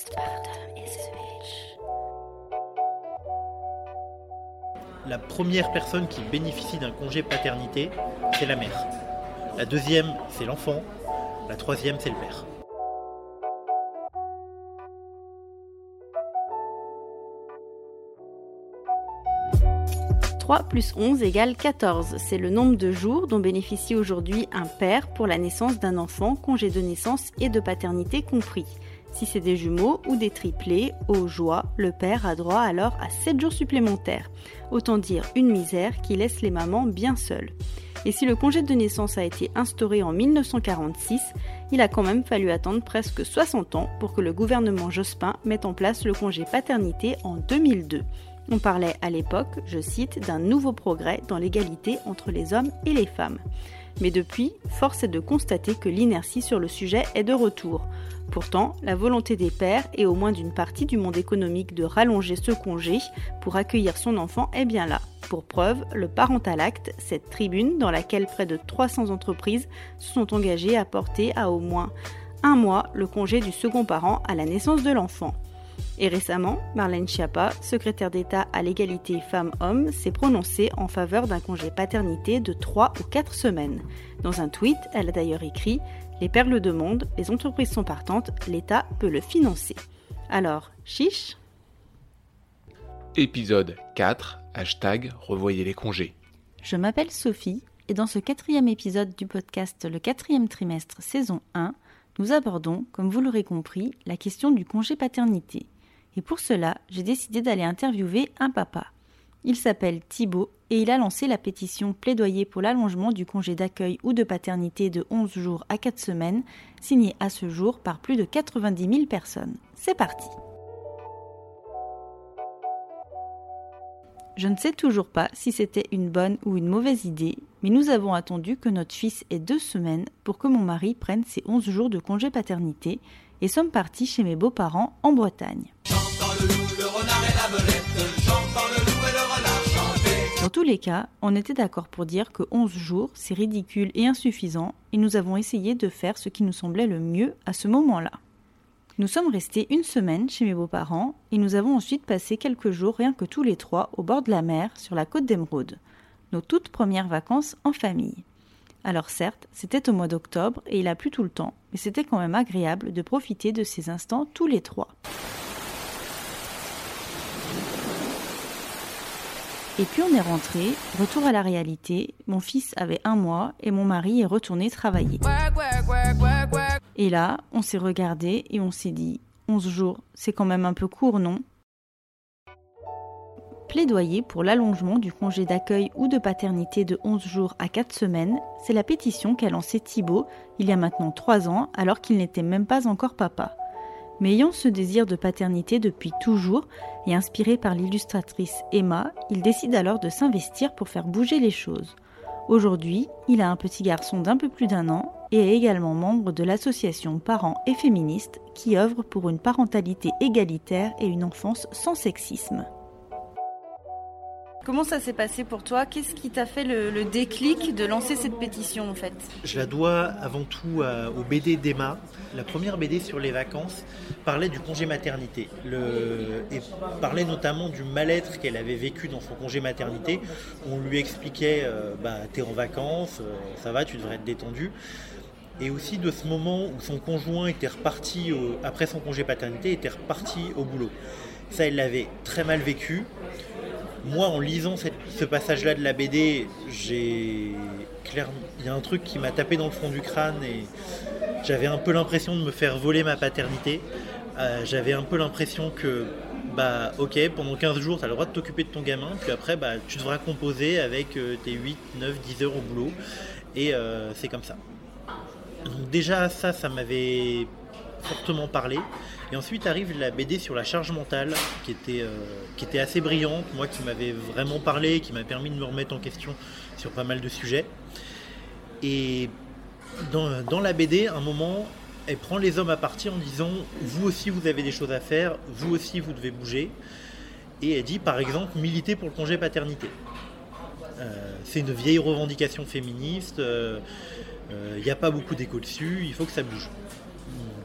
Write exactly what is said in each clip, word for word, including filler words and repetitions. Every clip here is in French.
La première personne qui bénéficie d'un congé paternité, c'est la mère. La deuxième, c'est l'enfant. La troisième, c'est le père. trois plus onze égale quatorze. C'est le nombre de jours dont bénéficie aujourd'hui un père pour la naissance d'un enfant, congé de naissance et de paternité compris. Si c'est des jumeaux ou des triplés, aux joies, le père a droit alors à sept jours supplémentaires. Autant dire une misère qui laisse les mamans bien seules. Et si le congé de naissance a été instauré en mille neuf cent quarante-six, il a quand même fallu attendre presque soixante ans pour que le gouvernement Jospin mette en place le congé paternité en deux mille deux. On parlait à l'époque, je cite, d'un nouveau progrès dans l'égalité entre les hommes et les femmes. Mais depuis, force est de constater que l'inertie sur le sujet est de retour. Pourtant, la volonté des pères et au moins d'une partie du monde économique de rallonger ce congé pour accueillir son enfant est bien là. Pour preuve, le Parental Act, cette tribune dans laquelle près de trois cents entreprises se sont engagées à porter à au moins un mois le congé du second parent à la naissance de l'enfant. Et récemment, Marlène Schiappa, secrétaire d'État à l'égalité femmes-hommes, s'est prononcée en faveur d'un congé paternité de trois ou quatre semaines. Dans un tweet, elle a d'ailleurs écrit « Les perles de monde, les entreprises sont partantes, l'État peut le financer ». Alors, chiche ? Épisode quatre, hashtag revoyez les congés. Je m'appelle Sophie et dans ce quatrième épisode du podcast Le quatrième trimestre saison un, nous abordons, comme vous l'aurez compris, la question du congé paternité. Et pour cela, j'ai décidé d'aller interviewer un papa. Il s'appelle Thibaut et il a lancé la pétition Plaidoyer pour l'allongement du congé d'accueil ou de paternité de onze jours à quatre semaines, signée à ce jour par plus de quatre-vingt-dix mille personnes. C'est parti! Je ne sais toujours pas si c'était une bonne ou une mauvaise idée, mais nous avons attendu que notre fils ait deux semaines pour que mon mari prenne ses onze jours de congé paternité et sommes partis chez mes beaux-parents en Bretagne. J'entends le loup, le renard et la belette, j'entends le loup et le renard chanter. Dans tous les cas, on était d'accord pour dire que onze jours, c'est ridicule et insuffisant, et nous avons essayé de faire ce qui nous semblait le mieux à ce moment-là. Nous sommes restés une semaine chez mes beaux-parents et nous avons ensuite passé quelques jours rien que tous les trois au bord de la mer sur la côte d'Émeraude. Nos toutes premières vacances en famille. Alors certes, c'était au mois d'octobre et il a plu tout le temps, mais c'était quand même agréable de profiter de ces instants tous les trois. Et puis on est rentré, retour à la réalité, mon fils avait un mois et mon mari est retourné travailler. Et là, on s'est regardé et on s'est dit, onze jours, c'est quand même un peu court, non ? Plaidoyer pour l'allongement du congé d'accueil ou de paternité de onze jours à quatre semaines, c'est la pétition qu'a lancée Thibaut il y a maintenant trois ans alors qu'il n'était même pas encore papa. Mais ayant ce désir de paternité depuis toujours et inspiré par l'illustratrice Emma, il décide alors de s'investir pour faire bouger les choses. Aujourd'hui, il a un petit garçon d'un peu plus d'un an et est également membre de l'association Parents et Féministes qui œuvre pour une parentalité égalitaire et une enfance sans sexisme. Comment ça s'est passé pour toi ? Qu'est-ce qui t'a fait le, le déclic de lancer cette pétition en fait ? Je la dois avant tout à, au B D d'Emma. La première B D sur les vacances parlait du congé maternité le, et parlait notamment du mal-être qu'elle avait vécu dans son congé maternité. On lui expliquait euh, bah, t'es en vacances, euh, ça va, tu devrais être détendu. Et aussi de ce moment où son conjoint était reparti, au, après son congé paternité, était reparti au boulot. Ça, elle l'avait très mal vécu. Moi, en lisant cette, ce passage-là de la B D, j'ai clairement, il y a un truc qui m'a tapé dans le fond du crâne et j'avais un peu l'impression de me faire voler ma paternité. Euh, j'avais un peu l'impression que, bah, ok, pendant quinze jours, tu as le droit de t'occuper de ton gamin, puis après, bah, tu devras composer avec euh, tes huit, neuf, dix heures au boulot, et euh, c'est comme ça. Donc déjà, ça, ça m'avait fortement parlé. Et ensuite arrive la B D sur la charge mentale, qui était, euh, qui était assez brillante, moi qui m'avait vraiment parlé, qui m'a permis de me remettre en question sur pas mal de sujets. Et dans, dans la B D, à un moment, elle prend les hommes à partie en disant « Vous aussi, vous avez des choses à faire, vous aussi, vous devez bouger ». Et elle dit, par exemple, militer pour le congé paternité. Euh, c'est une vieille revendication féministe, il euh, n'y euh, a pas beaucoup d'écho dessus, il faut que ça bouge.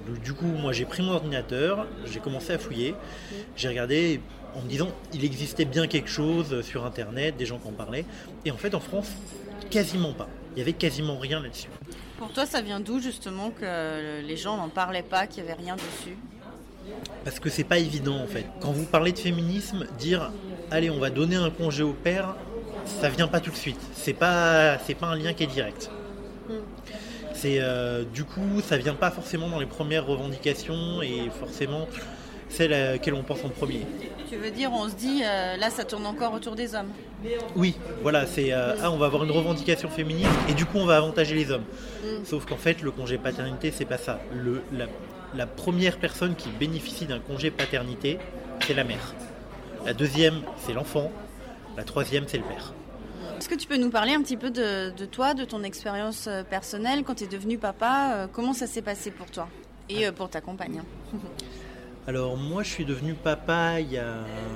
Du coup, moi j'ai pris mon ordinateur, j'ai commencé à fouiller, j'ai regardé en me disant il existait bien quelque chose sur internet, des gens qui en parlaient, et en fait en France, quasiment pas. Il y avait quasiment rien là-dessus. Pour toi, ça vient d'où justement que les gens n'en parlaient pas, qu'il n'y avait rien dessus ? Parce que c'est pas évident en fait. Quand vous parlez de féminisme, dire allez on va donner un congé au père, ça vient pas tout de suite. C'est pas, c'est pas un lien qui est direct. Mm. C'est euh, du coup ça vient pas forcément dans les premières revendications et forcément celle à laquelle on pense en premier. Tu veux dire on se dit euh, là ça tourne encore autour des hommes ? Oui, voilà, c'est euh, ah on va avoir une revendication féministe et du coup on va avantager les hommes. Mm. Sauf qu'en fait le congé paternité c'est pas ça. Le, la, la première personne qui bénéficie d'un congé paternité c'est la mère. La deuxième c'est l'enfant. La troisième c'est le père. Est-ce que tu peux nous parler un petit peu de, de toi, de ton expérience personnelle quand tu es devenu papa, euh, comment ça s'est passé pour toi et euh, pour ta compagne ? Alors moi je suis devenu papa il y a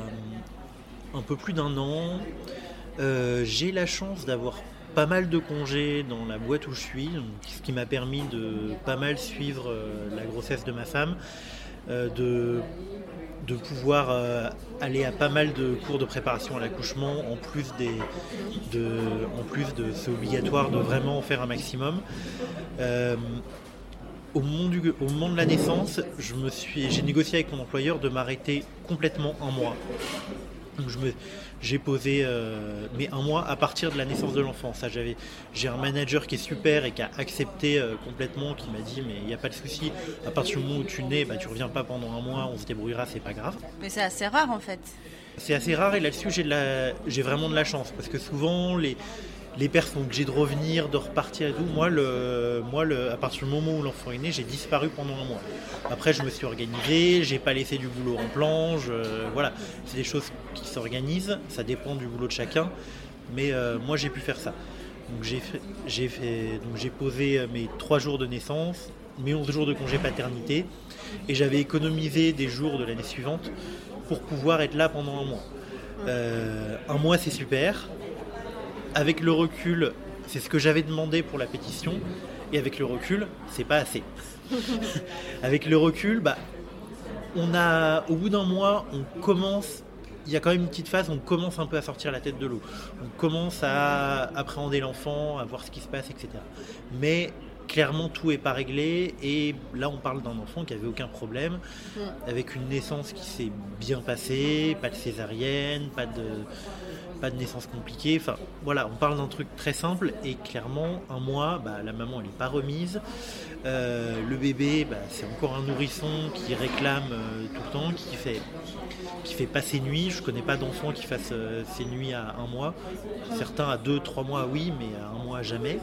un peu plus d'un an. Euh, j'ai la chance d'avoir pas mal de congés dans la boîte où je suis, ce qui m'a permis de pas mal suivre euh, la grossesse de ma femme, euh, de, de pouvoir euh, aller à pas mal de cours de préparation à l'accouchement, en plus, des, de, en plus de c'est obligatoire de vraiment en faire un maximum. Euh, Au moment, du, au moment de la naissance, je me suis, j'ai négocié avec mon employeur de m'arrêter complètement un mois. Donc je me, j'ai posé euh, mais un mois à partir de la naissance de l'enfant. Ça, j'avais, j'ai un manager qui est super et qui a accepté euh, complètement, qui m'a dit mais il n'y a pas de souci, à partir du moment où tu nais, bah, tu reviens pas pendant un mois, on se débrouillera, c'est pas grave. Mais c'est assez rare en fait. C'est assez rare et là-dessus j'ai, de la, j'ai vraiment de la chance parce que souvent les... Les pères sont obligés de revenir, de repartir et tout. Moi, le, moi le, à partir du moment où l'enfant est né, j'ai disparu pendant un mois. Après, je me suis organisé, j'ai pas laissé du boulot en planche. Euh, voilà, c'est des choses qui s'organisent. Ça dépend du boulot de chacun. Mais euh, moi, j'ai pu faire ça. Donc, j'ai, fait, j'ai, fait, donc, j'ai posé mes trois jours de naissance, mes onze jours de congé paternité. Et j'avais économisé des jours de l'année suivante pour pouvoir être là pendant un mois. Euh, un mois, c'est super. Avec le recul, c'est ce que j'avais demandé pour la pétition, et avec le recul, c'est pas assez. Avec le recul, bah, on a, au bout d'un mois, on commence, il y a quand même une petite phase, on commence un peu à sortir la tête de l'eau. On commence à appréhender l'enfant, à voir ce qui se passe, et cetera. Mais clairement, tout n'est pas réglé, et là, on parle d'un enfant qui n'avait aucun problème, avec une naissance qui s'est bien passée, pas de césarienne, pas de... pas de naissance compliquée, enfin voilà, on parle d'un truc très simple et clairement un mois, bah, la maman elle n'est pas remise, euh, le bébé bah, c'est encore un nourrisson qui réclame euh, tout le temps, qui fait, qui fait pas ses nuits, je connais pas d'enfant qui fasse euh, ses nuits à un mois, certains à deux, trois mois oui, mais à un mois jamais,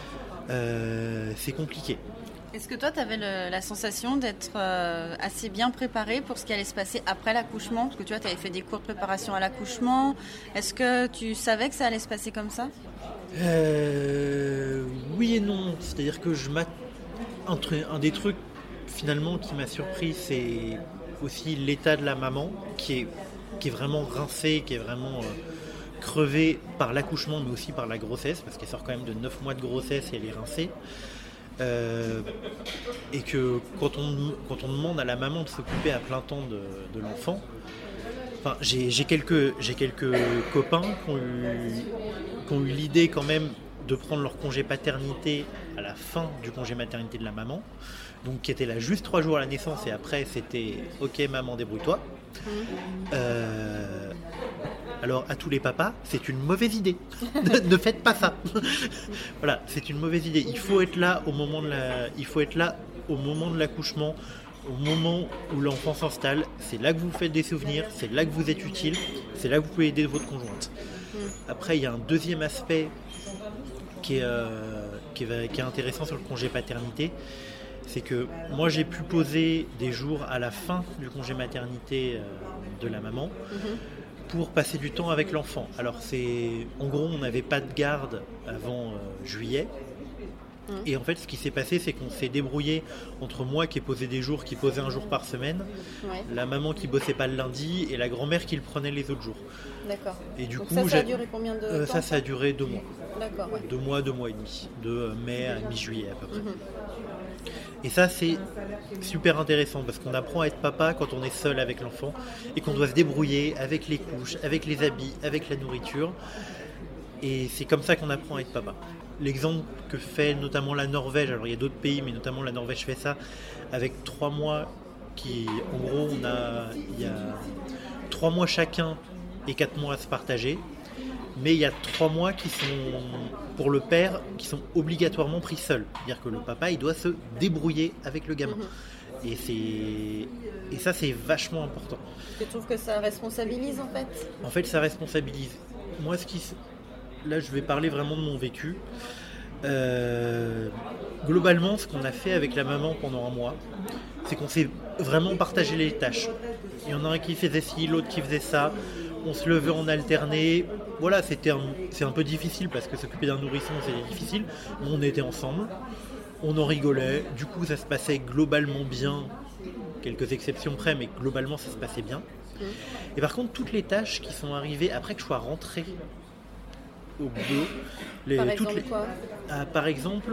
euh, c'est compliqué. Est-ce que toi, tu avais le, la sensation d'être euh, assez bien préparé pour ce qui allait se passer après l'accouchement ? Parce que tu vois, tu avais fait des cours de préparation à l'accouchement. Est-ce que tu savais que ça allait se passer comme ça ? euh, Oui et non. C'est-à-dire que je m'att... un, un des trucs finalement qui m'a surpris, c'est aussi l'état de la maman qui est, qui est vraiment rincée, qui est vraiment euh, crevée par l'accouchement, mais aussi par la grossesse, parce qu'elle sort quand même de neuf mois de grossesse et elle est rincée. Euh, et que quand on, quand on demande à la maman de s'occuper à plein temps de, de l'enfant, enfin, j'ai, j'ai, quelques, j'ai quelques copains qui ont, eu, qui ont eu l'idée quand même de prendre leur congé paternité à la fin du congé maternité de la maman, donc qui était là juste trois jours à la naissance et après c'était ok maman débrouille-toi. Euh, alors à tous les papas, c'est une mauvaise idée. Ne faites pas ça. Voilà, c'est une mauvaise idée. Il faut être là au moment de la, il faut être là au moment de l'accouchement, au moment où l'enfant s'installe. C'est là que vous faites des souvenirs, c'est là que vous êtes utile, c'est là que vous pouvez aider votre conjointe. Après, il y a un deuxième aspect qui est, euh, qui est, qui est intéressant sur le congé paternité. C'est que moi j'ai pu poser des jours à la fin du congé maternité euh, de la maman mm-hmm. pour passer du temps avec l'enfant. Alors c'est, en gros on n'avait pas de garde avant euh, juillet mm. et en fait ce qui s'est passé c'est qu'on s'est débrouillé entre moi qui ai posé des jours, qui posait un jour par semaine, ouais. la maman qui bossait pas le lundi et la grand-mère qui le prenait les autres jours. D'accord. Et du Donc coup, ça, ça j'ai... a duré combien de euh, temps Ça, ça a duré deux mois. D'accord, ouais. Deux mois, deux mois et demi, de mai à mi-juillet à peu près. Mm-hmm. Et ça, c'est super intéressant parce qu'on apprend à être papa quand on est seul avec l'enfant et qu'on doit se débrouiller avec les couches, avec les habits, avec la nourriture. Et c'est comme ça qu'on apprend à être papa. L'exemple que fait notamment la Norvège, alors il y a d'autres pays, mais notamment la Norvège fait ça, avec trois mois qui, en gros, on a, il y a trois mois chacun et quatre mois à se partager. Mais il y a trois mois qui sont, pour le père, qui sont obligatoirement pris seuls. C'est-à-dire que le papa, il doit se débrouiller avec le gamin. Mmh. Et, c'est... et ça, c'est vachement important. Tu trouves que ça responsabilise, en fait ? En fait, ça responsabilise. Moi, ce qui... là, je vais parler vraiment de mon vécu. Euh... Globalement, ce qu'on a fait avec la maman pendant un mois, c'est qu'on s'est vraiment partagé les tâches. Il y en a un qui faisait ci, l'autre qui faisait ça. On se levait en alterné. Voilà, c'était un, c'est un peu difficile parce que s'occuper d'un nourrisson, c'est difficile. Mais on était ensemble, on en rigolait. Du coup, ça se passait globalement bien. Quelques exceptions près, mais globalement, ça se passait bien. Mmh. Et par contre, toutes les tâches qui sont arrivées après que je sois rentré au boulot... Les, par toutes exemple les, quoi ah, Par exemple...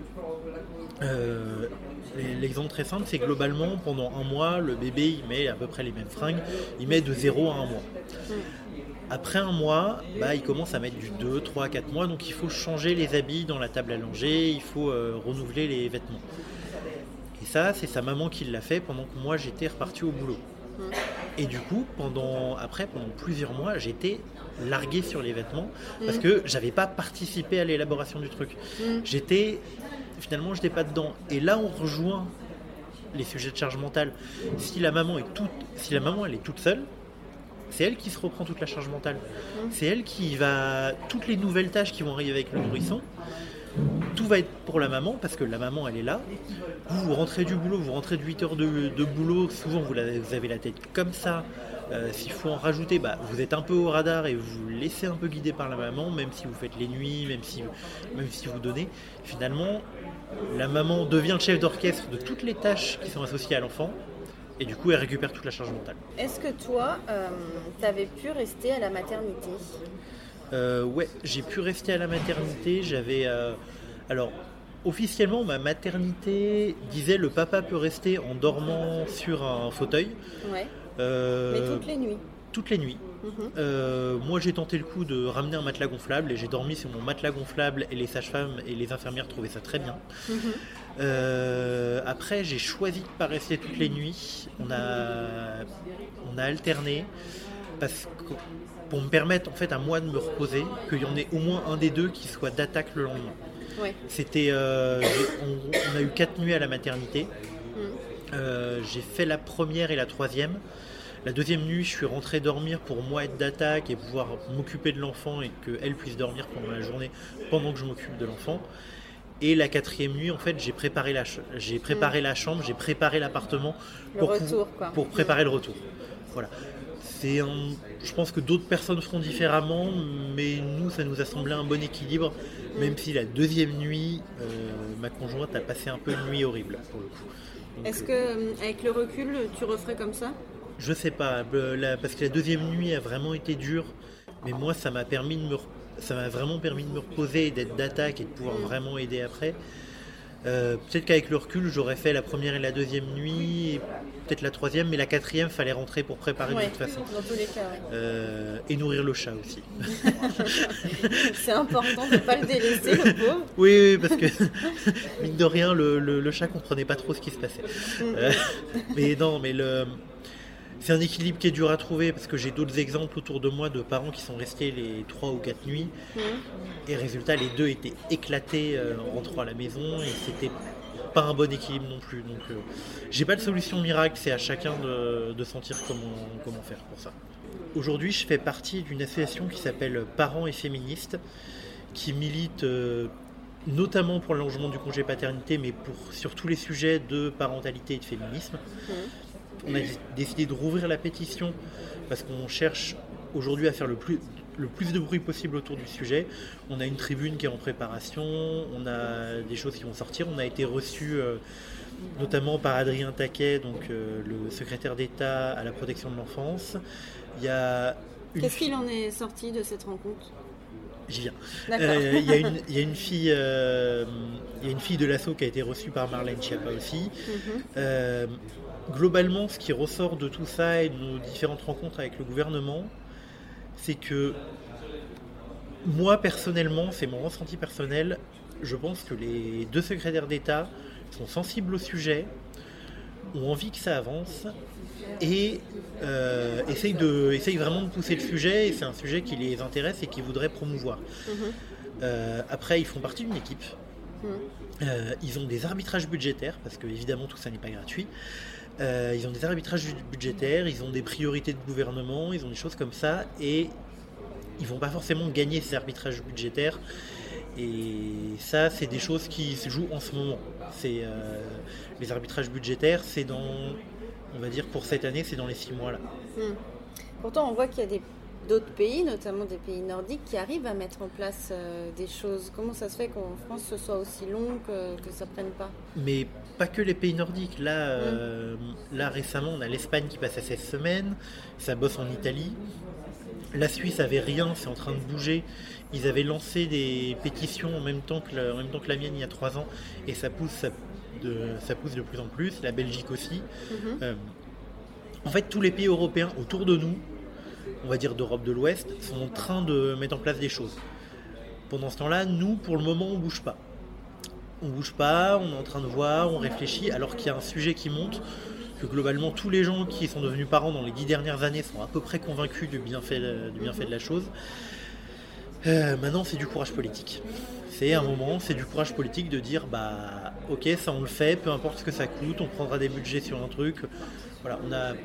Euh, l'exemple très simple, c'est globalement pendant un mois, le bébé il met à peu près les mêmes fringues, il met de zéro à un mois. Après un mois, bah, il commence à mettre du deux, trois, quatre mois, donc il faut changer les habits dans la table à langer, il faut euh, renouveler les vêtements. Et ça, c'est sa maman qui l'a fait pendant que moi j'étais reparti au boulot. Et du coup, pendant, après, pendant plusieurs mois, j'étais largué sur les vêtements parce que j'avais pas participé à l'élaboration du truc. J'étais... Finalement, je n'étais pas dedans. Et là, on rejoint les sujets de charge mentale. Si la maman est toute, si la maman elle est toute seule, c'est elle qui se reprend toute la charge mentale. Mmh. C'est elle qui va... Toutes les nouvelles tâches qui vont arriver avec le nourrisson, tout va être pour la maman, parce que la maman, elle est là. Vous, vous rentrez du boulot, vous rentrez de huit heures de, de boulot, souvent vous, la, vous avez la tête comme ça. Euh, s'il faut en rajouter, bah, vous êtes un peu au radar et vous vous laissez un peu guider par la maman, même si vous faites les nuits, même si, même si vous donnez. Finalement, la maman devient le chef d'orchestre de toutes les tâches qui sont associées à l'enfant et du coup, elle récupère toute la charge mentale. Est-ce que toi, euh, tu avais pu rester à la maternité ? euh, Ouais, j'ai pu rester à la maternité. J'avais... Euh, alors, officiellement, ma maternité disait le papa peut rester en dormant sur un fauteuil. Ouais. Euh, Mais toutes les nuits. Toutes les nuits. Mmh. Euh, moi, j'ai tenté le coup de ramener un matelas gonflable et j'ai dormi sur mon matelas gonflable et les sages-femmes et les infirmières trouvaient ça très bien. Mmh. Euh, après, j'ai choisi de ne pas rester toutes les nuits. On a, on a alterné parce que, pour me permettre en fait à moi de me reposer, qu'il y en ait au moins un des deux qui soit d'attaque le lendemain. Ouais. C'était, euh, on, on a eu quatre nuits à la maternité. Mmh. Euh, j'ai fait la première et la troisième. La deuxième nuit, je suis rentré dormir pour moi être d'attaque et pouvoir m'occuper de l'enfant et qu'elle puisse dormir pendant la journée pendant que je m'occupe de l'enfant. Et la quatrième nuit, en fait, j'ai préparé la, ch- j'ai préparé mmh. la chambre, j'ai préparé l'appartement pour, le retour, quoi. pour préparer mmh. le retour. Voilà. C'est un, je pense que d'autres personnes feront différemment, mais nous, ça nous a semblé un bon équilibre, mmh. même si la deuxième nuit, euh, ma conjointe a passé un peu une nuit horrible, pour le coup. Donc, Est-ce que, avec le recul, tu referais comme ça ? Je sais pas, parce que la deuxième nuit a vraiment été dure, mais moi ça m'a permis de me, ça m'a vraiment permis de me reposer et d'être d'attaque et de pouvoir vraiment aider après. Euh, peut-être qu'avec le recul, j'aurais fait la première et la deuxième nuit, et peut-être la troisième, mais la quatrième, fallait rentrer pour préparer ouais, de toute façon. Dans tous les cas, ouais. Euh, et nourrir le chat aussi. C'est important de ne pas le délaisser, le pauvre. Oui, oui, parce que, mine de rien, le, le, le chat comprenait pas trop ce qui se passait. euh, mais non, mais le... C'est un équilibre qui est dur à trouver parce que j'ai d'autres exemples autour de moi de parents qui sont restés les trois ou quatre nuits mmh. et résultat les deux étaient éclatés euh, en rentrant à la maison et c'était pas un bon équilibre non plus. Donc euh, j'ai pas de solution miracle, c'est à chacun de, de sentir comment, comment faire pour ça. Aujourd'hui je fais partie d'une association qui s'appelle Parents et Féministes qui milite euh, notamment pour l'allongement du congé paternité mais pour, sur tous les sujets de parentalité et de féminisme. Mmh. On a décidé de rouvrir la pétition parce qu'on cherche aujourd'hui à faire le plus, le plus de bruit possible autour du sujet. On a une tribune qui est en préparation, on a des choses qui vont sortir. On a été reçu euh, notamment par Adrien Taquet, donc euh, le secrétaire d'État à la protection de l'enfance. Il y a une... Qu'est-ce qu'il en est sorti de cette rencontre ? J'y viens. D'accord. Euh, Il y a une, il y a une fille, euh, il y a une fille de l'assaut qui a été reçue par Marlène Schiappa aussi. Mhm. Euh, globalement, ce qui ressort de tout ça et de nos différentes rencontres avec le gouvernement, c'est que moi, personnellement, c'est mon ressenti personnel, je pense que les deux secrétaires d'État sont sensibles au sujet, ont envie que ça avance et euh, essayent, de, essayent vraiment de pousser le sujet, et c'est un sujet qui les intéresse et qu'ils voudraient promouvoir. Mhm. Euh, après, ils font partie d'une équipe. Mhm. Euh, ils ont des arbitrages budgétaires, parce que évidemment tout ça n'est pas gratuit. Euh, ils ont des arbitrages budgétaires, ils ont des priorités de gouvernement, ils ont des choses comme ça, et ils vont pas forcément gagner ces arbitrages budgétaires. Et ça, c'est des choses qui se jouent en ce moment. C'est euh, les arbitrages budgétaires, c'est dans, on va dire pour cette année, c'est dans les six mois là. Mhm. Pourtant, on voit qu'il y a des, d'autres pays, notamment des pays nordiques, qui arrivent à mettre en place euh, des choses. Comment ça se fait qu'en France, ce soit aussi long, que, que ça ne prenne pas ? Mais pas que les pays nordiques. Là, euh, là récemment, on a l'Espagne qui passe à seize semaines, ça bosse en Italie. La Suisse avait rien, c'est en train de bouger. Ils avaient lancé des pétitions en même temps que la, en même temps que la mienne il y a trois ans, et ça pousse, ça, de, ça pousse de plus en plus. La Belgique aussi. Mhm. Euh, en fait, tous les pays européens autour de nous, on va dire d'Europe de l'Ouest, sont en train de mettre en place des choses. Pendant ce temps-là, nous, pour le moment, on bouge pas. On bouge pas, on est en train de voir, on réfléchit, alors qu'il y a un sujet qui monte, que globalement tous les gens qui sont devenus parents dans les dix dernières années sont à peu près convaincus du bienfait, du bienfait de la chose. Euh, maintenant, c'est du courage politique. C'est un moment, c'est du courage politique de dire, bah, ok, ça on le fait, peu importe ce que ça coûte, on prendra des budgets sur un truc. Voilà, on a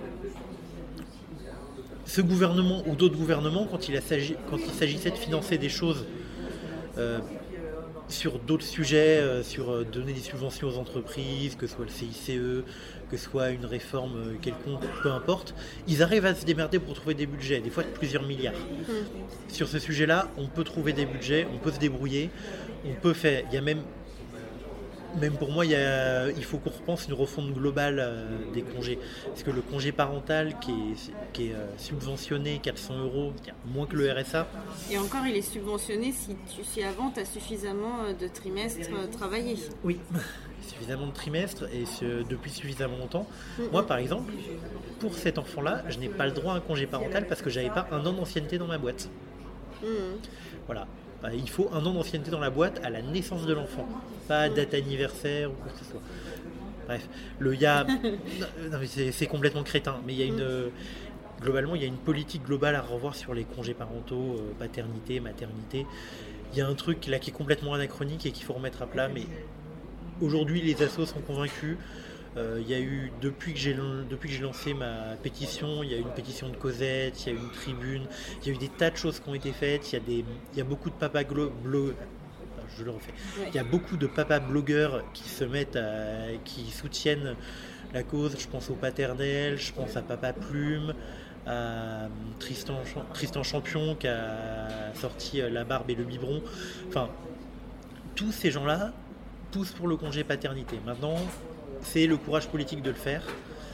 ce gouvernement ou d'autres gouvernements, quand il, a s'agi... quand il s'agissait de financer des choses euh, sur d'autres sujets, euh, sur euh, donner des subventions aux entreprises, que ce soit le C I C E, que ce soit une réforme euh, quelconque, peu importe, ils arrivent à se démerder pour trouver des budgets, des fois de plusieurs milliards. Mmh. Sur ce sujet-là, on peut trouver des budgets, on peut se débrouiller, on peut faire. Il y a même, même pour moi, il, y a, il faut qu'on repense une refonte globale euh, des congés. Parce que le congé parental qui est, qui est euh, subventionné quatre cents euros, moins que le R S A. Et encore, il est subventionné si, tu, si avant, tu as suffisamment de trimestres travaillés. Oui, suffisamment de trimestres et ce, depuis suffisamment longtemps. Mmh. Moi, par exemple, pour cet enfant-là, je n'ai pas le droit à un congé parental parce que je n'avais pas un an d'ancienneté dans ma boîte. Mmh. Voilà. Bah, il faut un an d'ancienneté dans la boîte à la naissance de l'enfant, pas date anniversaire ou quoi que ce soit. Bref, le y a, non, mais c'est, c'est complètement crétin, mais il y a une, globalement, il y a une politique globale à revoir sur les congés parentaux, euh, paternité, maternité. Il y a un truc là qui est complètement anachronique et qu'il faut remettre à plat, mais aujourd'hui les assos sont convaincus. Euh, il y a eu, depuis que, j'ai, depuis que j'ai lancé ma pétition, il y a eu une pétition de Cosette, il y a eu une tribune, il y a eu des tas de choses qui ont été faites, il y a, des, il y a beaucoup de papas glo- blo- je le refais. Ouais. Il y a beaucoup de papas blogueurs qui se mettent à, qui soutiennent la cause, je pense au Paternel, je pense à Papa Plume, à Tristan, Tristan Champion qui a sorti La Barbe et le Biberon, enfin, tous ces gens-là poussent pour le congé paternité. Maintenant, c'est le courage politique de le faire.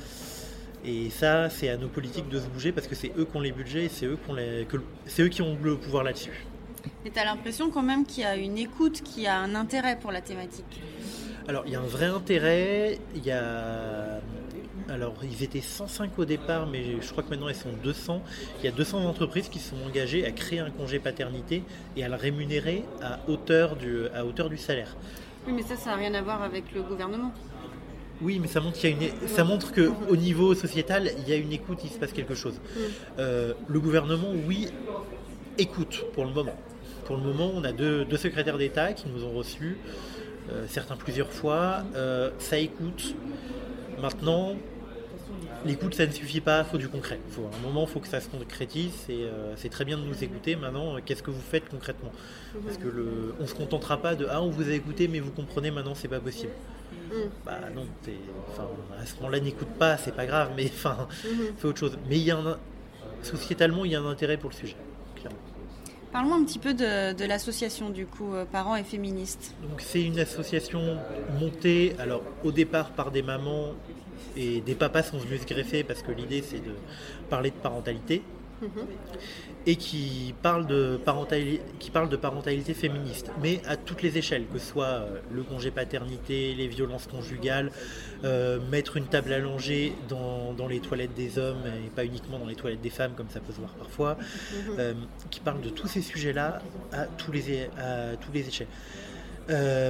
Et ça, c'est à nos politiques de se bouger parce que c'est eux qui ont les budgets et c'est eux qui ont, les, que, c'est eux qui ont le pouvoir là-dessus. Et tu as l'impression quand même qu'il y a une écoute, qu'il y a un intérêt pour la thématique? Alors, il y a un vrai intérêt. Il y a... Alors, ils étaient cent cinq au départ, mais je crois que maintenant ils sont deux cents. Il y a deux cents entreprises qui se sont engagées à créer un congé paternité et à le rémunérer à hauteur du, à hauteur du salaire. Oui, mais ça, ça n'a rien à voir avec le gouvernement. Oui, mais ça montre, qu'il y a une, ça montre qu'au niveau sociétal, il y a une écoute, il se passe quelque chose. Mm. Euh, le gouvernement, oui, écoute pour le moment. Pour le moment, on a deux, deux secrétaires d'État qui nous ont reçus, euh, certains plusieurs fois. Euh, ça écoute. Maintenant, l'écoute, ça ne suffit pas, il faut du concret. Faut, à un moment, il faut que ça se concrétise. Et, euh, c'est très bien de nous écouter. Maintenant, qu'est-ce que vous faites concrètement? Parce que le, on ne se contentera pas de « Ah, on vous a écouté, mais vous comprenez, maintenant, c'est pas possible ». Mmh. Bah non, enfin, à ce moment-là, n'écoute pas, c'est pas grave, mais enfin, mmh. fais autre chose. Mais il y a un, sociétalement, il y a un intérêt pour le sujet, clairement. Parle-moi un petit peu de, de l'association, du coup, euh, Parents et Féministes. Donc, c'est une association montée, alors, au départ par des mamans, et des papas sont venus se greffer, parce que l'idée, c'est de parler de parentalité. Mmh. Et qui parle, de parentali- qui parle de parentalité féministe, mais à toutes les échelles, que ce soit euh, le congé paternité, les violences conjugales, euh, mettre une table allongée dans, dans les toilettes des hommes et pas uniquement dans les toilettes des femmes, comme ça peut se voir parfois, mmh. euh, qui parle de tous ces sujets-là à tous les, à tous les échelles. Euh,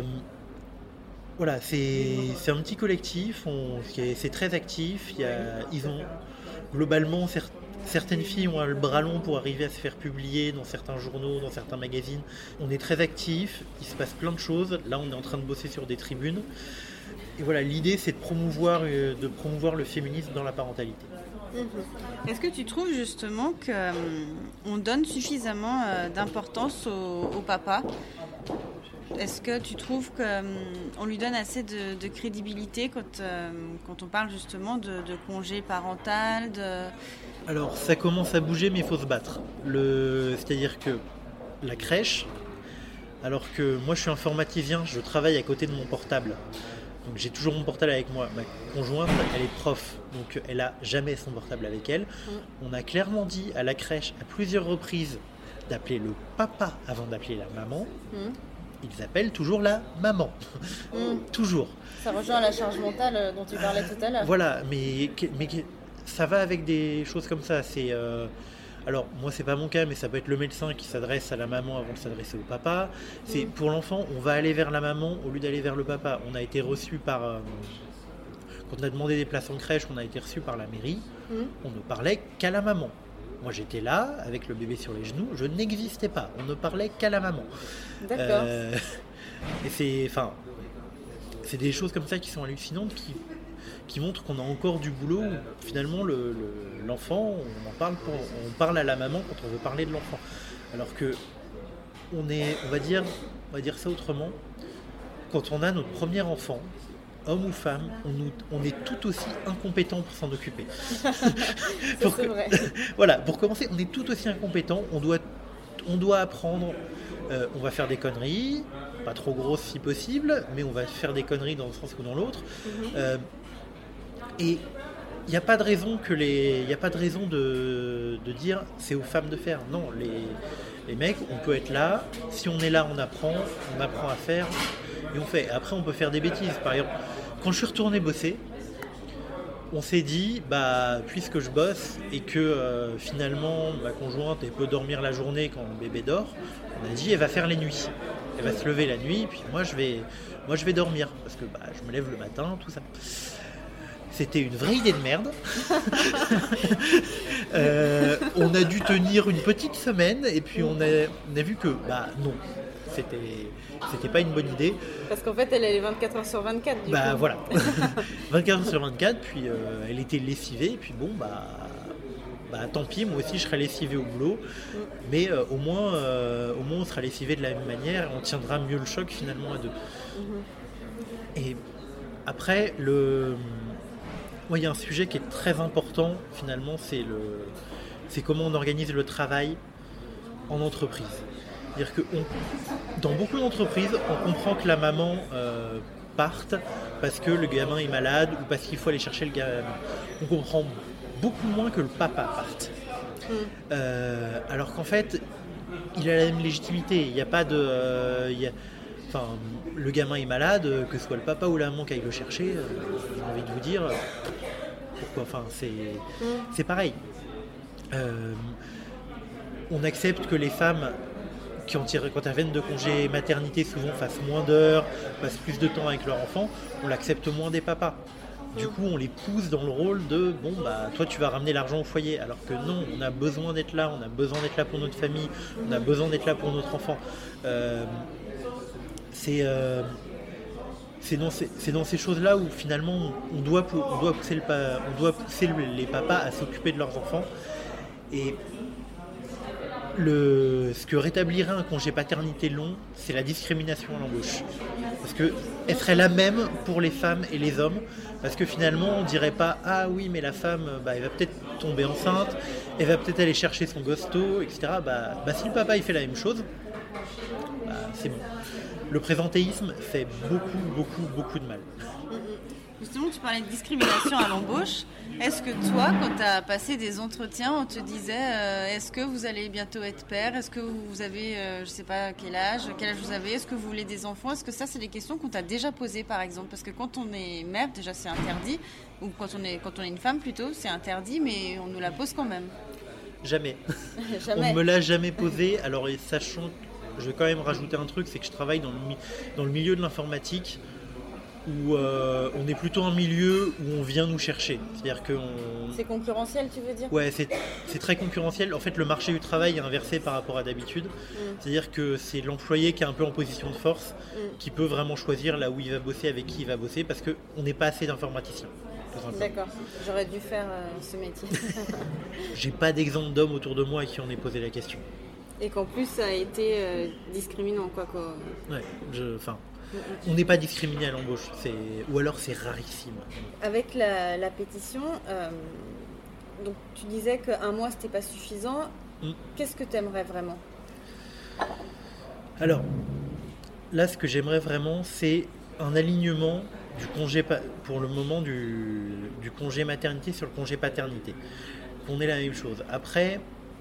voilà, c'est, c'est un petit collectif, on, c'est très actif, il y a, ils ont globalement certains Certaines filles ont le bras long pour arriver à se faire publier dans certains journaux, dans certains magazines. On est très actifs, il se passe plein de choses. Là, on est en train de bosser sur des tribunes. Et voilà, l'idée, c'est de promouvoir, de promouvoir le féminisme dans la parentalité. Mmh. Est-ce que tu trouves justement qu'on euh, donne suffisamment euh, d'importance au, au papa ? Est-ce que tu trouves qu'on euh, lui donne assez de, de crédibilité quand, euh, quand on parle justement de, de congé parental de... Alors, ça commence à bouger, mais il faut se battre. Le... C'est-à-dire que la crèche, alors que moi je suis informaticien, je travaille à côté de mon portable. Donc j'ai toujours mon portable avec moi. Ma conjointe, elle est prof, donc elle a jamais son portable avec elle. Mmh. On a clairement dit à la crèche à plusieurs reprises d'appeler le papa avant d'appeler la maman. Mmh. Ils appellent toujours la maman. Mmh. Toujours. Ça rejoint la charge mentale dont tu parlais tout à l'heure. Voilà, mais... mais ça va avec des choses comme ça. C'est, euh... alors, moi, c'est pas mon cas, mais ça peut être le médecin qui s'adresse à la maman avant de s'adresser au papa. C'est mmh. Pour l'enfant, on va aller vers la maman au lieu d'aller vers le papa. On a été reçu par... Euh... Quand on a demandé des places en crèche, on a été reçu par la mairie. Mmh. On ne parlait qu'à la maman. Moi, j'étais là, avec le bébé sur les genoux. Je n'existais pas. On ne parlait qu'à la maman. D'accord. Euh... Et c'est... Enfin... C'est des choses comme ça qui sont hallucinantes, qui... qui montre qu'on a encore du boulot où finalement le, le, l'enfant, on en parle pour, on parle à la maman quand on veut parler de l'enfant. Alors que on est, on va dire, on va dire ça autrement, quand on a notre premier enfant, homme ou femme, on, nous, on est tout aussi incompétent pour s'en occuper. pour c'est que, vrai. Voilà, pour commencer, on est tout aussi incompétent, on doit, on doit apprendre, euh, on va faire des conneries, pas trop grosses si possible, mais on va faire des conneries dans un sens ou dans l'autre. Mm-hmm. Euh, Et il n'y a pas de raison que les, il y a pas de raison de, de dire c'est aux femmes de faire. Non, les, les mecs, on peut être là. Si on est là, on apprend, on apprend à faire et on fait. Après, on peut faire des bêtises. Par exemple, quand je suis retourné bosser, on s'est dit, bah, puisque je bosse et que euh, finalement ma conjointe elle peut dormir la journée quand le bébé dort, on a dit elle va faire les nuits. Elle va se lever la nuit, puis moi je vais, moi je vais dormir parce que bah, je me lève le matin, tout ça. C'était une vraie idée de merde. euh, on a dû tenir une petite semaine et puis on a, on a vu que bah non, c'était, c'était pas une bonne idée. Parce qu'en fait, elle est vingt-quatre heures sur vingt-quatre. Du bah coup. voilà, vingt-quatre heures sur vingt-quatre. Puis euh, elle était lessivée. Et puis bon bah, bah tant pis, moi aussi je serai lessivé au boulot. Mm. Mais euh, au moins, euh, au moins on sera lessivé de la même manière. Et on tiendra mieux le choc finalement à deux. Mm-hmm. Et après le Moi, il y a un sujet qui est très important, finalement, c'est, le, c'est comment on organise le travail en entreprise. C'est-à-dire que on, dans beaucoup d'entreprises, on comprend que la maman euh, parte parce que le gamin est malade ou parce qu'il faut aller chercher le gamin. On comprend beaucoup moins que le papa parte. Mmh. Euh, alors qu'en fait, il a la même légitimité. Il n'y a pas de... Euh, il y a, Enfin, le gamin est malade, que ce soit le papa ou la maman qui aille le chercher, euh, j'ai envie de vous dire, euh, pourquoi, enfin, c'est, mmh. c'est pareil. Euh, on accepte que les femmes qui en tirent, quand elles viennent de congé maternité, souvent fassent moins d'heures, passent plus de temps avec leur enfant, on l'accepte moins des papas. Du mmh. coup, on les pousse dans le rôle de « bon, bah, toi, tu vas ramener l'argent au foyer ». Alors que non, on a besoin d'être là, on a besoin d'être là pour notre famille, on a besoin d'être là pour notre enfant. Euh, C'est, euh, c'est, dans ces, c'est dans ces choses-là où finalement on doit, on doit, pousser, le, on doit pousser les papas à s'occuper de leurs enfants. Et le, ce que rétablirait un congé paternité long, c'est la discrimination à l'embauche. Parce qu'elle serait la même pour les femmes et les hommes. Parce que finalement on ne dirait pas « Ah oui, mais la femme, bah, elle va peut-être tomber enceinte, elle va peut-être aller chercher son gosto, et cetera » Bah, bah, si le papa il fait la même chose, bah, c'est bon. Le présentéisme fait beaucoup, beaucoup, beaucoup de mal. Justement, tu parlais de discrimination à l'embauche. Est-ce que toi, quand tu as passé des entretiens, on te disait euh, est-ce que vous allez bientôt être père ? Est-ce que vous avez, euh, je ne sais pas quel âge, quel âge vous avez ? Est-ce que vous voulez des enfants ? Est-ce que ça, c'est des questions qu'on t'a déjà posées, par exemple ? Parce que quand on est mère, déjà, c'est interdit. Ou quand on est, quand on est une femme, plutôt, c'est interdit, mais on nous la pose quand même. Jamais. Jamais. On ne me l'a jamais posé. Alors, et sachant, je vais quand même rajouter un truc, c'est que je travaille dans le, dans le milieu de l'informatique, où euh, on est plutôt un milieu où on vient nous chercher. C'est-à-dire que on... C'est concurrentiel, tu veux dire ? Ouais, c'est, c'est très concurrentiel. En fait, le marché du travail est inversé par rapport à d'habitude. Mm. C'est-à-dire que c'est l'employé qui est un peu en position de force, Mm. qui peut vraiment choisir là où il va bosser, avec qui il va bosser, parce qu'on n'est pas assez d'informaticiens. tout simplement. D'accord, j'aurais dû faire euh, ce métier. J'ai pas d'exemple d'hommes autour de moi à qui on ait posé la question. Et qu'en plus, ça a été euh, discriminant, quoi. quoi. Ouais, je... Enfin... On n'est pas discriminé à l'embauche, c'est... ou alors c'est rarissime. Avec la, la pétition, euh, donc tu disais qu'un mois c'était pas suffisant. Mm. Qu'est-ce que tu aimerais vraiment ? Alors, là, ce que j'aimerais vraiment, c'est un alignement du congé pa- pour le moment du, du congé maternité sur le congé paternité. Qu'on ait la même chose. Après,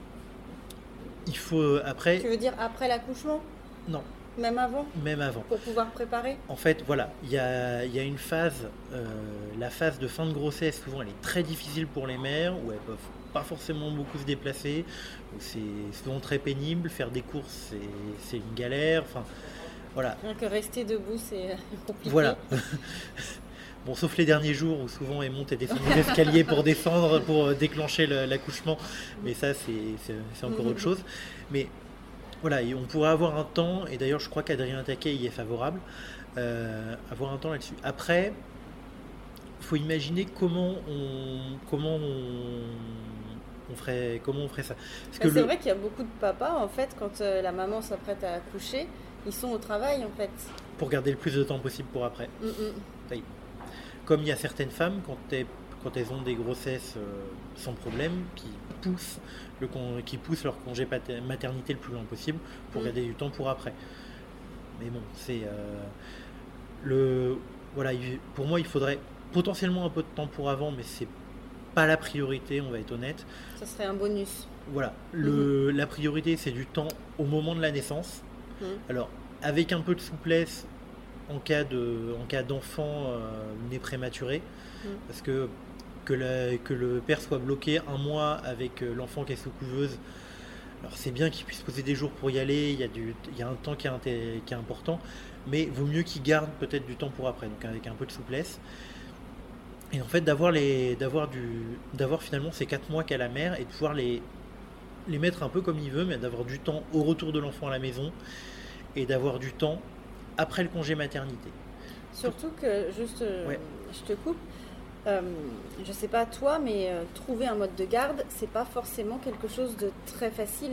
il faut après. Tu veux dire après l'accouchement ? Non. Même avant ? Même avant. Pour pouvoir préparer ? En fait, voilà, il y a, y a une phase, euh, la phase de fin de grossesse, souvent elle est très difficile pour les mères, où elles peuvent pas forcément beaucoup se déplacer, où c'est souvent très pénible, faire des courses c'est, c'est une galère, enfin voilà. Rien que rester debout c'est compliqué. Voilà. Bon, sauf les derniers jours où souvent elles montent et descendent les escaliers pour descendre, pour déclencher le, l'accouchement, mais ça c'est, c'est, c'est encore mmh. autre chose. Mais voilà, on pourrait avoir un temps, et d'ailleurs je crois qu'Adrien Taquet y est favorable, euh, avoir un temps là-dessus. Après, il faut imaginer comment on, comment on, on ferait, comment on ferait ça. Parce que c'est le... vrai qu'il y a beaucoup de papas, en fait, quand euh, la maman s'apprête à accoucher, ils sont au travail, en fait. Pour garder le plus de temps possible pour après. Mm-mm. Comme il y a certaines femmes, quand elles, quand elles ont des grossesses euh, sans problème, qui poussent, le con, qui poussent leur congé pater, maternité le plus loin possible pour mmh. garder du temps pour après. Mais bon, c'est euh, le voilà. Pour moi, il faudrait potentiellement un peu de temps pour avant, mais c'est pas la priorité. On va être honnête. Ça serait un bonus. Voilà. Le, mmh. La priorité, c'est du temps au moment de la naissance. Mmh. Alors, avec un peu de souplesse en cas de, en cas d'enfant euh, né prématuré, mmh. parce que Que, la, que le père soit bloqué un mois avec l'enfant qui est sous couveuse. Alors c'est bien qu'il puisse poser des jours pour y aller, il y a, du, il y a un temps qui est, qui est important, mais il vaut mieux qu'il garde peut-être du temps pour après, donc avec un peu de souplesse. Et en fait d'avoir, les, d'avoir, du, d'avoir finalement ces quatre mois qu'a la mère et de pouvoir les, les mettre un peu comme il veut, mais d'avoir du temps au retour de l'enfant à la maison et d'avoir du temps après le congé maternité. Surtout que, juste, ouais. je te coupe, Euh, je sais pas toi, mais euh, trouver un mode de garde, c'est pas forcément quelque chose de très facile.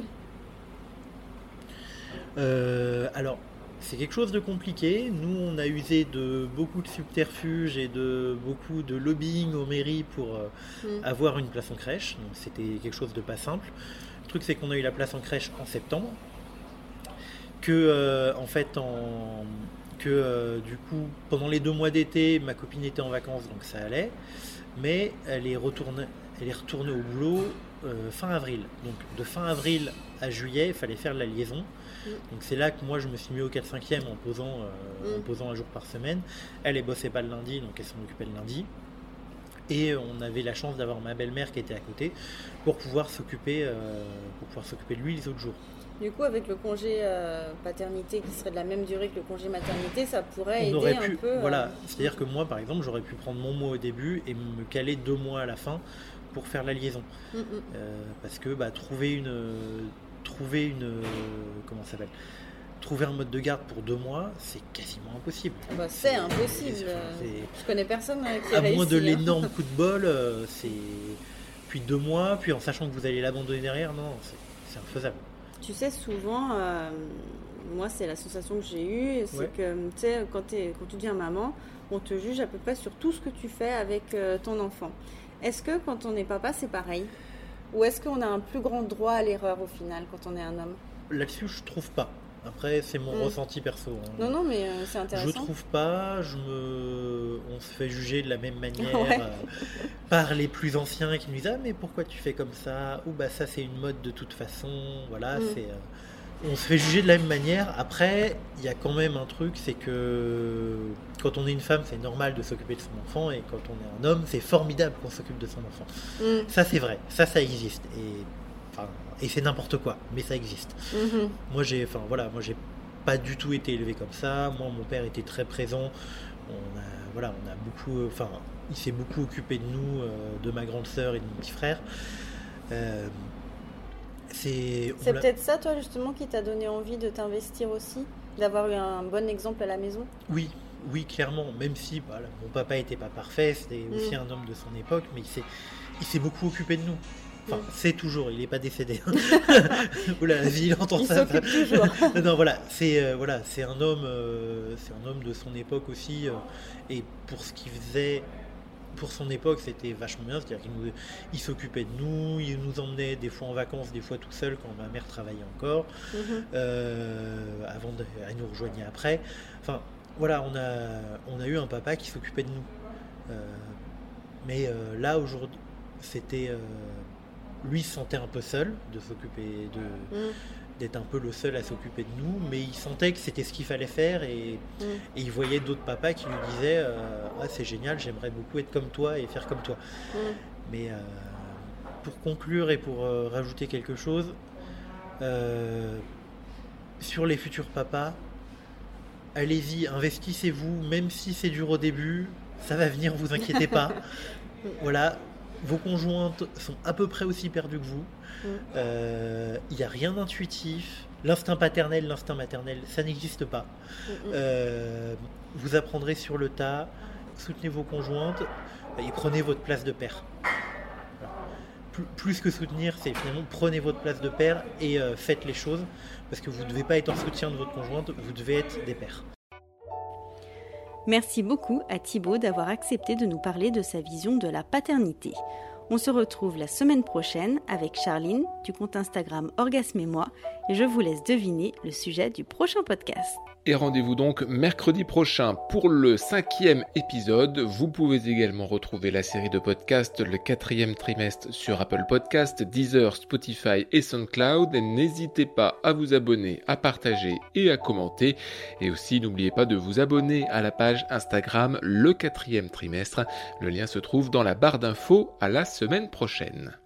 Euh, alors, c'est quelque chose de compliqué. Nous, on a usé de beaucoup de subterfuges et de beaucoup de lobbying aux mairies pour euh, mmh. avoir une place en crèche. Donc, c'était quelque chose de pas simple. Le truc, c'est qu'on a eu la place en crèche en septembre. Que, euh, en fait, en... que euh, du coup, pendant les deux mois d'été, ma copine était en vacances, donc ça allait. Mais elle est retournée, elle est retournée au boulot euh, fin avril. Donc de fin avril à juillet, il fallait faire la liaison. Mm. Donc c'est là que moi je me suis mis au quatre cinquième en posant, euh, mm. en posant un jour par semaine. Elle ne bossait pas le lundi, donc elle s'en occupait le lundi. Et on avait la chance d'avoir ma belle-mère qui était à côté pour pouvoir s'occuper, euh, pour pouvoir s'occuper de lui les autres jours. Du coup, avec le congé euh, paternité qui serait de la même durée que le congé maternité, ça pourrait on aider aurait un pu, peu. Voilà, euh... c'est-à-dire que moi, par exemple, j'aurais pu prendre mon mois au début et me caler deux mois à la fin pour faire la liaison, mm-hmm. euh, parce que bah, trouver une, trouver une, comment ça s'appelle, trouver un mode de garde pour deux mois, c'est quasiment impossible. Bah, c'est, c'est impossible. C'est, c'est... Je connais personne qui a à réussi. À moins de hein. l'énorme coup de bol, euh, c'est puis deux mois, puis en sachant que vous allez l'abandonner derrière, non, c'est, c'est infaisable. Tu sais, souvent, euh, moi, c'est la sensation que j'ai eue, c'est ouais. que, tu sais, quand, quand tu deviens maman, on te juge à peu près sur tout ce que tu fais avec euh, ton enfant. Est-ce que quand on est papa, c'est pareil ? Ou est-ce qu'on a un plus grand droit à l'erreur au final, quand on est un homme ? Là-dessus, je trouve pas. Après, c'est mon Mm. ressenti perso. Hein. Non, non, mais euh, c'est intéressant. Je trouve pas, je me... on se fait juger de la même manière Ouais. euh, par les plus anciens qui nous disent ah mais pourquoi tu fais comme ça, ou bah ça c'est une mode de toute façon, voilà, Mm. c'est euh, on se fait juger de la même manière. Après, il y a quand même un truc, c'est que quand on est une femme, c'est normal de s'occuper de son enfant, et quand on est un homme, c'est formidable qu'on s'occupe de son enfant. Mm. Ça c'est vrai, ça ça existe, et enfin, et c'est n'importe quoi, mais ça existe. Mhm. Moi j'ai, enfin voilà, moi j'ai pas du tout été élevé comme ça. Moi, mon père était très présent. On a, voilà, on a beaucoup, enfin, il s'est beaucoup occupé de nous, euh, de ma grande sœur et de mon petit frère. Euh, c'est, on C'est l'a- peut-être ça, toi, justement, qui t'a donné envie de t'investir aussi, d'avoir eu un bon exemple à la maison. Oui, oui, clairement. Même si, voilà, mon papa était pas parfait, c'était Mm. aussi un homme de son époque, mais il s'est, il s'est beaucoup occupé de nous. Enfin, Mm. c'est toujours, il n'est pas décédé. Oula, la vie, il entend Il ça. s'occupe toujours. Non, voilà, c'est euh, voilà, c'est un homme, euh, c'est un homme de son époque aussi, euh, et pour ce qu'il faisait, pour son époque, c'était vachement bien. C'est-à-dire qu'il nous, il s'occupait de nous, il nous emmenait des fois en vacances, des fois tout seul quand ma mère travaillait encore, Mhm. euh, avant de, elle nous rejoignait après. Enfin, voilà, on a, on a eu un papa qui s'occupait de nous. Euh, mais euh, là aujourd'hui, c'était, euh, lui se sentait un peu seul de s'occuper de Mm. d'être un peu le seul à s'occuper de nous, mais il sentait que c'était ce qu'il fallait faire, et, Mm. et il voyait d'autres papas qui lui disaient euh, ah c'est génial, j'aimerais beaucoup être comme toi et faire comme toi. Mm. Mais euh, pour conclure et pour euh, rajouter quelque chose, euh, sur les futurs papas, allez-y, investissez-vous, même si c'est dur au début, ça va venir, vous inquiétez pas. Voilà, vos conjointes sont à peu près aussi perdues que vous. Mm. Euh, Il n'y a rien d'intuitif. L'instinct paternel, l'instinct maternel, ça n'existe pas. Mm. Euh, vous apprendrez sur le tas, soutenez vos conjointes et prenez votre place de père. Voilà. Plus, plus que soutenir, c'est finalement prenez votre place de père et euh, faites les choses, parce que vous ne devez pas être en soutien de votre conjointe, vous devez être des pères. Merci beaucoup à Thibaut d'avoir accepté de nous parler de sa vision de la paternité. On se retrouve la semaine prochaine avec Charline du compte Instagram Orgasme et moi, et je vous laisse deviner le sujet du prochain podcast. Et rendez-vous donc mercredi prochain pour le cinquième épisode. Vous pouvez également retrouver la série de podcasts Le quatrième trimestre sur Apple Podcasts, Deezer, Spotify et SoundCloud. Et n'hésitez pas à vous abonner, à partager et à commenter. Et aussi, n'oubliez pas de vous abonner à la page Instagram Le quatrième trimestre. Le lien se trouve dans la barre d'infos. À la semaine prochaine.